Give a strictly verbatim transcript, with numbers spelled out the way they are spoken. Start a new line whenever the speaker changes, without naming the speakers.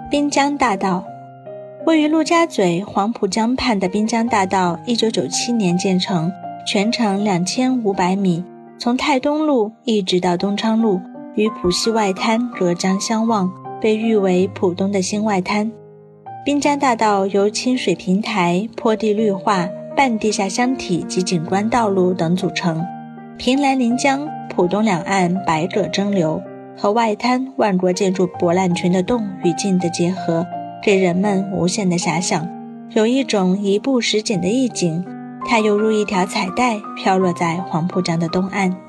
滨江大道。位于陆家嘴黄浦江畔的滨江大道一九九七年建成，全长两千五百米，从泰东路一直到东昌路，与浦西外滩隔江相望，被誉为浦东的新外滩。滨江大道由清水平台、坡地绿化、半地下箱体及景观道路等组成，凭栏临江，浦东两岸百舸争流，和外滩万国建筑博览群的动与静的结合，给人们无限的遐想，有一种移步实景的意境。它犹如一条彩带飘落在黄浦江的东岸。